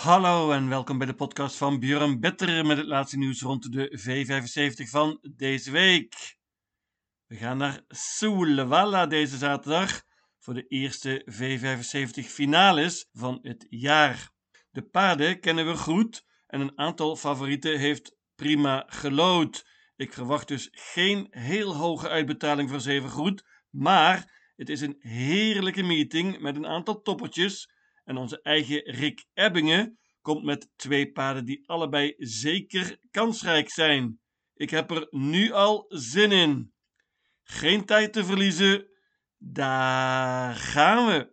Hallo en welkom bij de podcast van Björn Better met het laatste nieuws rond de V75 van deze week. We gaan naar Solvalla deze zaterdag voor de eerste V75 finales van het jaar. De paarden kennen we goed en een aantal favorieten heeft prima gelood. Ik verwacht dus geen heel hoge uitbetaling voor 7 goed, maar het is een heerlijke meeting met een aantal toppertjes. En onze eigen Rick Ebbingen komt met 2 paarden die allebei zeker kansrijk zijn. Ik heb er nu al zin in. Geen tijd te verliezen. Daar gaan we.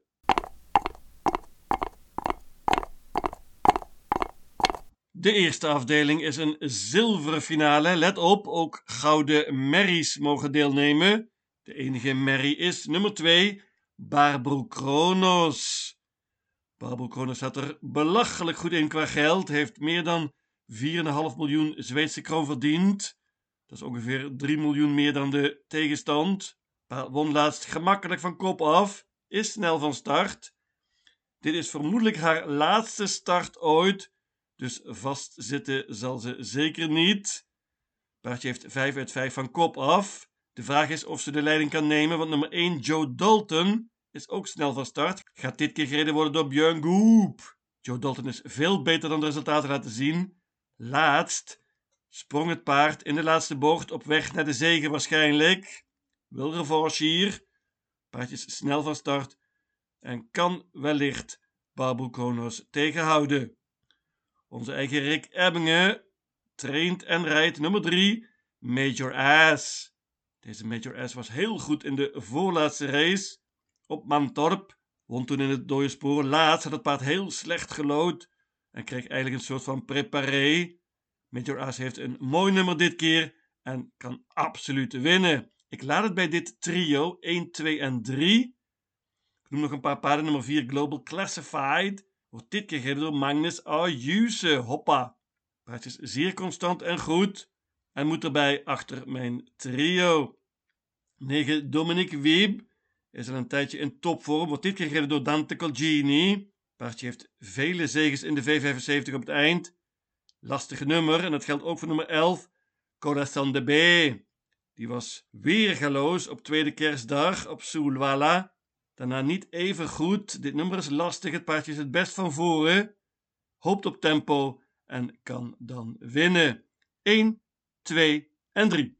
De eerste afdeling is een zilveren finale. Let op, ook gouden merries mogen deelnemen. De enige merrie is nummer 2, Barbro Kronos. Barbro Kronos staat er belachelijk goed in qua geld. Heeft meer dan 4,5 miljoen Zweedse kroon verdiend. Dat is ongeveer 3 miljoen meer dan de tegenstand. Won laatst gemakkelijk van kop af. Is snel van start. Dit is vermoedelijk haar laatste start ooit. Dus vastzitten zal ze zeker niet. Paardje heeft 5 uit 5 van kop af. De vraag is of ze de leiding kan nemen, want nummer 1 Joe Dalton is ook snel van start. Gaat dit keer gereden worden door Björn Goop. Joe Dalton is veel beter dan de resultaten laten zien. Laatst sprong het paard in de laatste bocht op weg naar de zege waarschijnlijk. Wil revanche hier. Paardje is snel van start en kan wellicht Barbro Kronos tegenhouden. Onze eigen Rick Ebbingen traint en rijdt nummer 3, Major Ass. Deze Major Ass was heel goed in de voorlaatste race op Mantorp. Won toen in het dode spoor. Laatst had het paard heel slecht gelood en kreeg eigenlijk een soort van préparé. Major Ass heeft een mooi nummer dit keer en kan absoluut winnen. Ik laat het bij dit trio 1, 2 en 3. Ik noem nog een paar paarden. Nummer 4 Global Classified. Wordt dit keer gereden door Magnus Ayuse. Hoppa. Paardje is zeer constant en goed. En moet erbij achter mijn trio. 9 Dominic Wieb. Is al een tijdje in topvorm. Wordt dit keer gereden door Dante Colgini. Paardje heeft vele zeges in de V75 op het eind. Lastig nummer. En dat geldt ook voor nummer 11. Corazon de B. Die was weergaloos op tweede kerstdag op Solvalla. Daarna niet even goed. Dit nummer is lastig. Het paardje is het best van voren. Hoopt op tempo en kan dan winnen. 1, 2 en 3.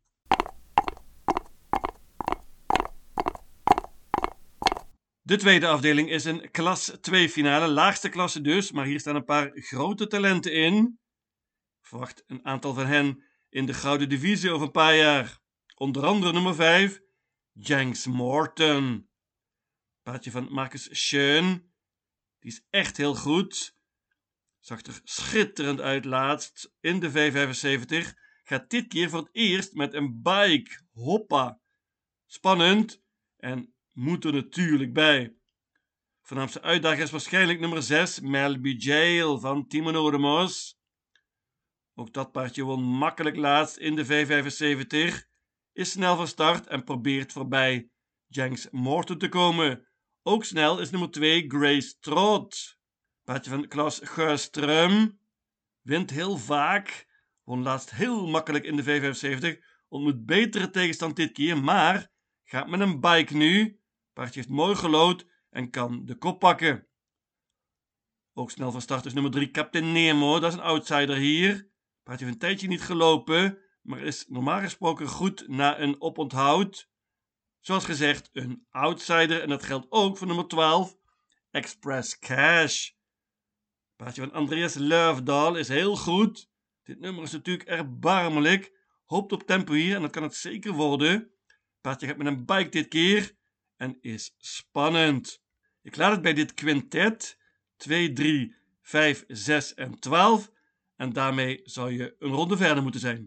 De tweede afdeling is een klas 2 finale. Laagste klasse dus, maar hier staan een paar grote talenten in. Ik verwacht een aantal van hen in de gouden divisie over een paar jaar. Onder andere nummer 5, Jenks Morton. Paardje van Marcus Schoen. Die is echt heel goed. Zag er schitterend uit laatst in de V75. Gaat dit keer voor het eerst met een bike. Hoppa. Spannend. En moet er natuurlijk bij. Voornaamste uitdager is waarschijnlijk nummer 6, Melby Jail van Timon Oudemos. Ook dat paardje won makkelijk laatst in de V75. Is snel van start en probeert voorbij Jenks Morton te komen. Ook snel is nummer 2 Grace Trot. Paardje van Klaus Sjöström. Wint heel vaak. Won laatst heel makkelijk in de V75. Ontmoet betere tegenstand dit keer, maar gaat met een bike nu. Paardje heeft mooi gelood en kan de kop pakken. Ook snel van start is nummer 3 Captain Nemo. Dat is een outsider hier. Paardje heeft een tijdje niet gelopen, maar is normaal gesproken goed na een oponthoud. Zoals gezegd, een outsider en dat geldt ook voor nummer 12, Express Cash. Paardje van Andreas Löfdahl is heel goed. Dit nummer is natuurlijk erbarmelijk. Hoopt op tempo hier en dat kan het zeker worden. Paardje gaat met een bike dit keer en is spannend. Ik laat het bij dit quintet 2, 3, 5, 6 en 12 en daarmee zou je een ronde verder moeten zijn.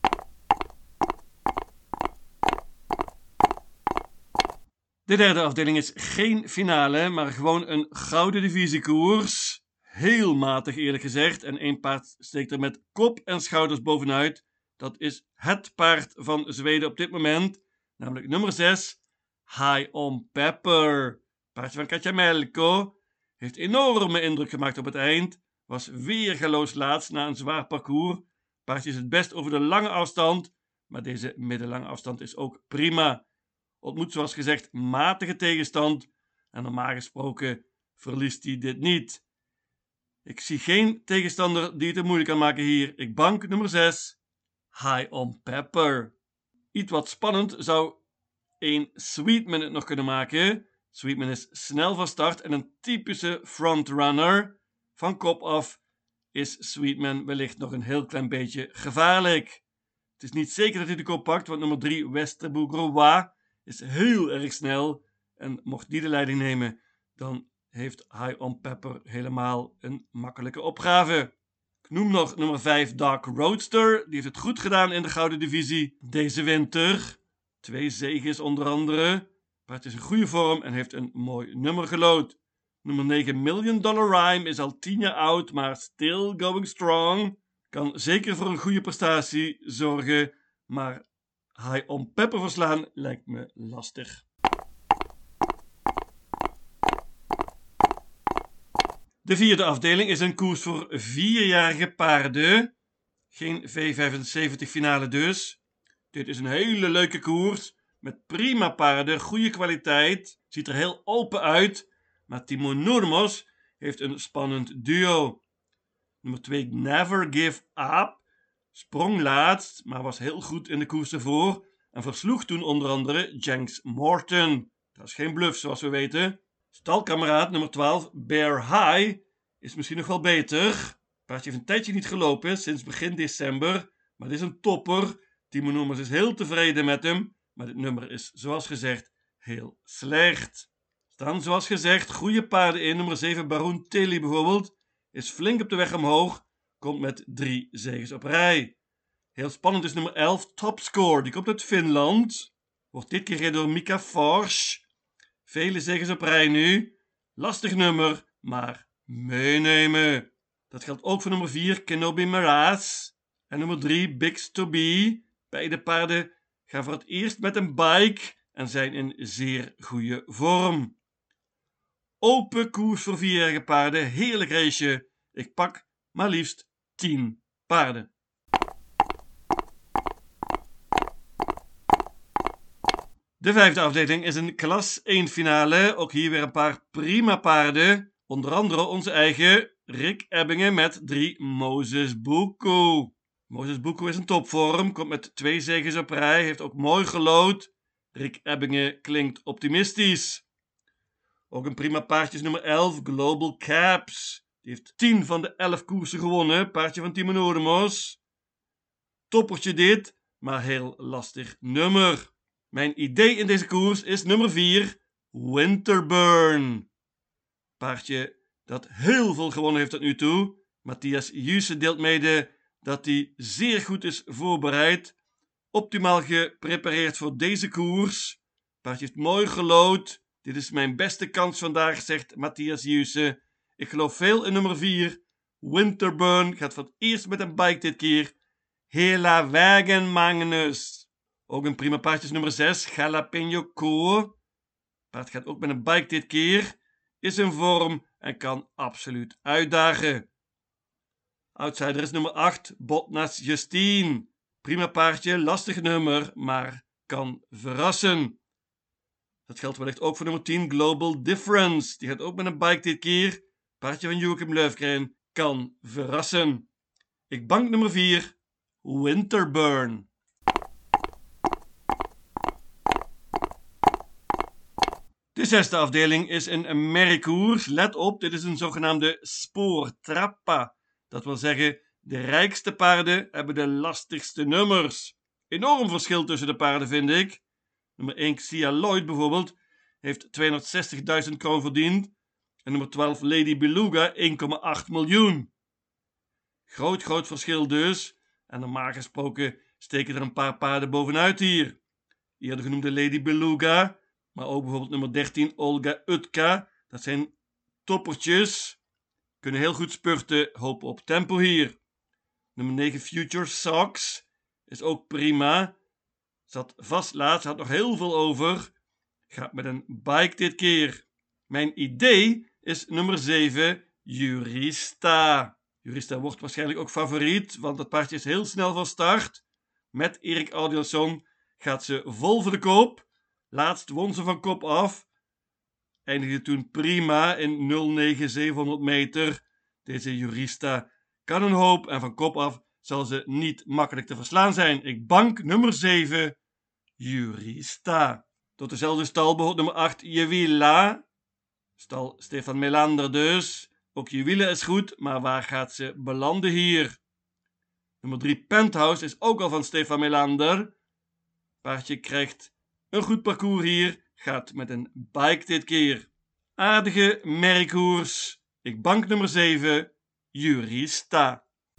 De derde afdeling is geen finale, maar gewoon een gouden divisiekoers. Heel matig eerlijk gezegd. En één paard steekt er met kop en schouders bovenuit. Dat is het paard van Zweden op dit moment. Namelijk nummer 6, High on Pepper. Paardje van Katja Melko. Heeft enorme indruk gemaakt op het eind. was weergaloos laatst na een zwaar parcours. Paardje is het best over de lange afstand, maar deze middellange afstand is ook prima. Ontmoet zoals gezegd matige tegenstand en normaal gesproken verliest hij dit niet. Ik zie geen tegenstander die het er moeilijk kan maken hier. Ik bank nummer 6, High on Pepper. Iets wat spannend zou een Sweetman het nog kunnen maken. Sweetman is snel van start en een typische frontrunner. Van kop af is Sweetman wellicht nog een heel klein beetje gevaarlijk. Het is niet zeker dat hij de kop pakt, want nummer 3 Westerbourg is heel erg snel. En mocht die de leiding nemen, dan heeft High on Pepper helemaal een makkelijke opgave. Ik noem nog nummer 5 Dark Roadster. Die heeft het goed gedaan in de gouden divisie deze winter. 2 zeges onder andere. Paard is in goede vorm en heeft een mooi nummer gelood. Nummer 9 Million Dollar Rhyme is al 10 jaar oud, maar still going strong. Kan zeker voor een goede prestatie zorgen, maar High on Pepper verslaan lijkt me lastig. De vierde afdeling is een koers voor 4-jarige paarden. Geen V75 finale dus. Dit is een hele leuke koers met prima paarden, goede kwaliteit. Ziet er heel open uit, maar Timo Noormos heeft een spannend duo. Nummer 2 Never Give Up sprong laatst, maar was heel goed in de koers ervoor en versloeg toen onder andere Jenks Morton. Dat is geen bluff zoals we weten. Stalkameraad nummer 12 Bear High is misschien nog wel beter. Paardje heeft een tijdje niet gelopen, sinds begin december, maar dit is een topper. Timo Noormos is heel tevreden met hem, maar dit nummer is zoals gezegd heel slecht. Staan zoals gezegd goede paarden in. Nummer 7 Baron Tilly bijvoorbeeld is flink op de weg omhoog, komt met 3 zeges op rij. Heel spannend is nummer 11 Topscore, die komt uit Finland. Wordt dit keer gereden door Mika Forsch. Vele zeges op rij nu. Lastig nummer, maar meenemen. Dat geldt ook voor nummer 4 Kenobi Miraz en nummer 3 Bix to Be. Beide paarden gaan voor het eerst met een bike en zijn in zeer goede vorm. Open koers voor 4-jarige paarden, heerlijk raceje. Ik pak maar liefst 10 paarden. De vijfde afdeling is een klas 1 finale. Ook hier weer een paar prima paarden. Onder andere onze eigen Rick Ebbingen met 3 Moses Buku. Moses Buku is in topvorm, komt met 2 zeges op rij, heeft ook mooi gelood. Rick Ebbingen klinkt optimistisch. Ook een prima paardje is nummer 11 Global Caps. Die heeft 10 van de 11 koersen gewonnen. Paardje van Timo Noormos. Toppertje dit, maar heel lastig nummer. Mijn idee in deze koers is nummer 4 Winterburn. Paardje dat heel veel gewonnen heeft tot nu toe. Matthias Jusse deelt mede dat hij zeer goed is voorbereid. Optimaal geprepareerd voor deze koers. Paardje heeft mooi gelood. Dit is mijn beste kans vandaag, zegt Matthias Jusse. Ik geloof veel in nummer 4. Winterburn gaat voor het eerst met een bike dit keer. Hela Wagen Magnus. Ook een prima paardje is nummer 6. Jalapeno Coor. Paard gaat ook met een bike dit keer. Is in vorm en kan absoluut uitdagen. Outsider is nummer 8. Botnas Justine. Prima paardje, lastig nummer, maar kan verrassen. Dat geldt wellicht ook voor nummer 10 Global Difference. Die gaat ook met een bike dit keer. Paardje van Joachim Löfgren kan verrassen. Ik bank nummer 4 Winterburn. De zesde afdeling is een merriekoers. Let op, dit is een zogenaamde spoortrappa. Dat wil zeggen, de rijkste paarden hebben de lastigste nummers. Enorm verschil tussen de paarden vind ik. Nummer 1 Xia Lloyd bijvoorbeeld heeft 260.000 kroon verdiend. En nummer 12 Lady Beluga 1,8 miljoen. Groot verschil dus. En normaal gesproken steken er een paar paarden bovenuit hier. Eerder genoemde Lady Beluga, maar ook bijvoorbeeld nummer 13 Olga Utka. Dat zijn toppertjes. Kunnen heel goed spurten, hopen op tempo hier. Nummer 9 Future Socks is ook prima. Zat vast laatst, had nog heel veel over. Gaat met een bike dit keer. Mijn idee is nummer 7 Jurista. Jurista wordt waarschijnlijk ook favoriet, want het paardje is heel snel van start. Met Erik Adielsson gaat ze vol voor de koop. Laatst won ze van kop af. Eindigde toen prima in 0,9700 meter. Deze Jurista kan een hoop en van kop af zal ze niet makkelijk te verslaan zijn. Ik bank nummer 7, Jurista. Tot dezelfde stal behoort nummer 8, Jewila. Stal Stefan Melander dus. Ook Jewila is goed, maar waar gaat ze belanden hier? Nummer 3, Penthouse, is ook al van Stefan Melander. Paardje krijgt een goed parcours hier. Gaat met een bike dit keer. Aardige merriekoers. Ik bank nummer 7, Jurista.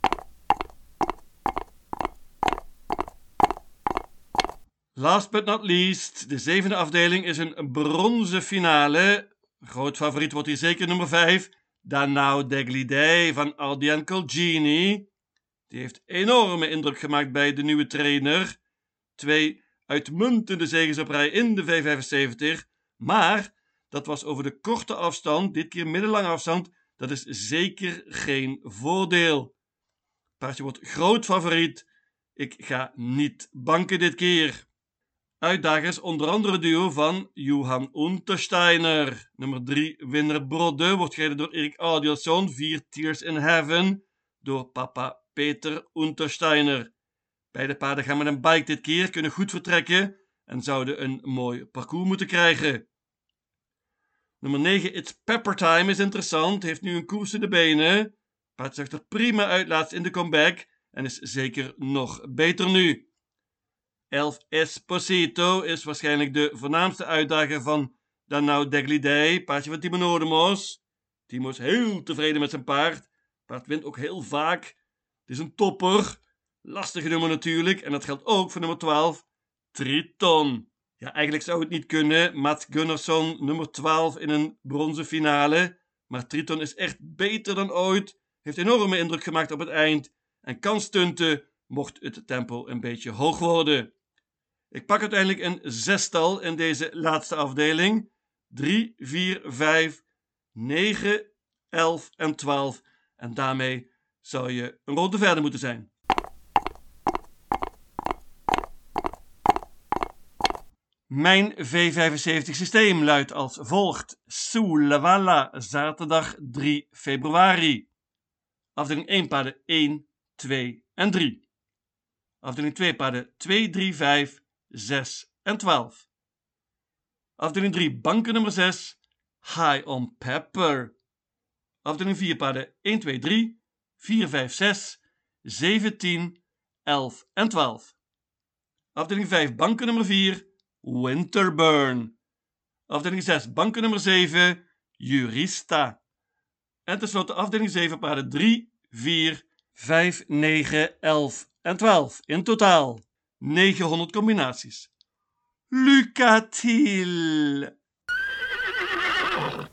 Last but not least, de 7e afdeling is een bronzen finale. Groot favoriet wordt hier zeker nummer 5, Danao Deglidei van Ardian Colgini. Die heeft enorme indruk gemaakt bij de nieuwe trainer. 2 uitmuntende zegens op rij in de V75, maar dat was over de korte afstand, dit keer middellange afstand. Dat is zeker geen voordeel. Paardje wordt groot favoriet. Ik ga niet banken dit keer. Uitdagers onder andere duo van Johan Untersteiner. Nummer 3, winnaar Brodde, wordt gereden door Erik Adielsson. 4, Tears in Heaven, door papa Peter Untersteiner. Beide paarden gaan met een bike dit keer, kunnen goed vertrekken en zouden een mooi parcours moeten krijgen. Nummer 9, It's Pepper Time, is interessant, heeft nu een koers in de benen. Paard zag er prima uit laatst in de comeback en is zeker nog beter nu. 11, Esposito is waarschijnlijk de voornaamste uitdager van Danao Deglidei, paardje van Timo Noordemos. Timo is heel tevreden met zijn paard. Paard wint ook heel vaak. Het is een topper. Lastige nummer natuurlijk. En dat geldt ook voor nummer 12, Triton. Ja, eigenlijk zou het niet kunnen. Mats Gunnarsson, nummer 12 in een bronzen finale. Maar Triton is echt beter dan ooit. Heeft enorme indruk gemaakt op het eind. En kan stunten, mocht het tempo een beetje hoog worden. Ik pak uiteindelijk een 6-tal in deze laatste afdeling. 3, 4, 5, 9, 11 en 12. En daarmee zou je een ronde verder moeten zijn. Mijn V75 systeem luidt als volgt. Sulawala, zaterdag 3 februari. Afdeling 1 paarden 1, 2 en 3. Afdeling 2 paarden 2, 3, 5, 6 en 12. Afdeling 3 banken nummer 6, High on Pepper. Afdeling 4 paarden 1, 2, 3, 4, 5, 6, 7, 10, 11 en 12. Afdeling 5 banken nummer 4, Winterburn. Afdeling 6 banken nummer 7, Jurista. En tenslotte afdeling 7 paarden 3, 4, 5, 9, 11 en 12. In totaal 900 combinaties. Lucatil!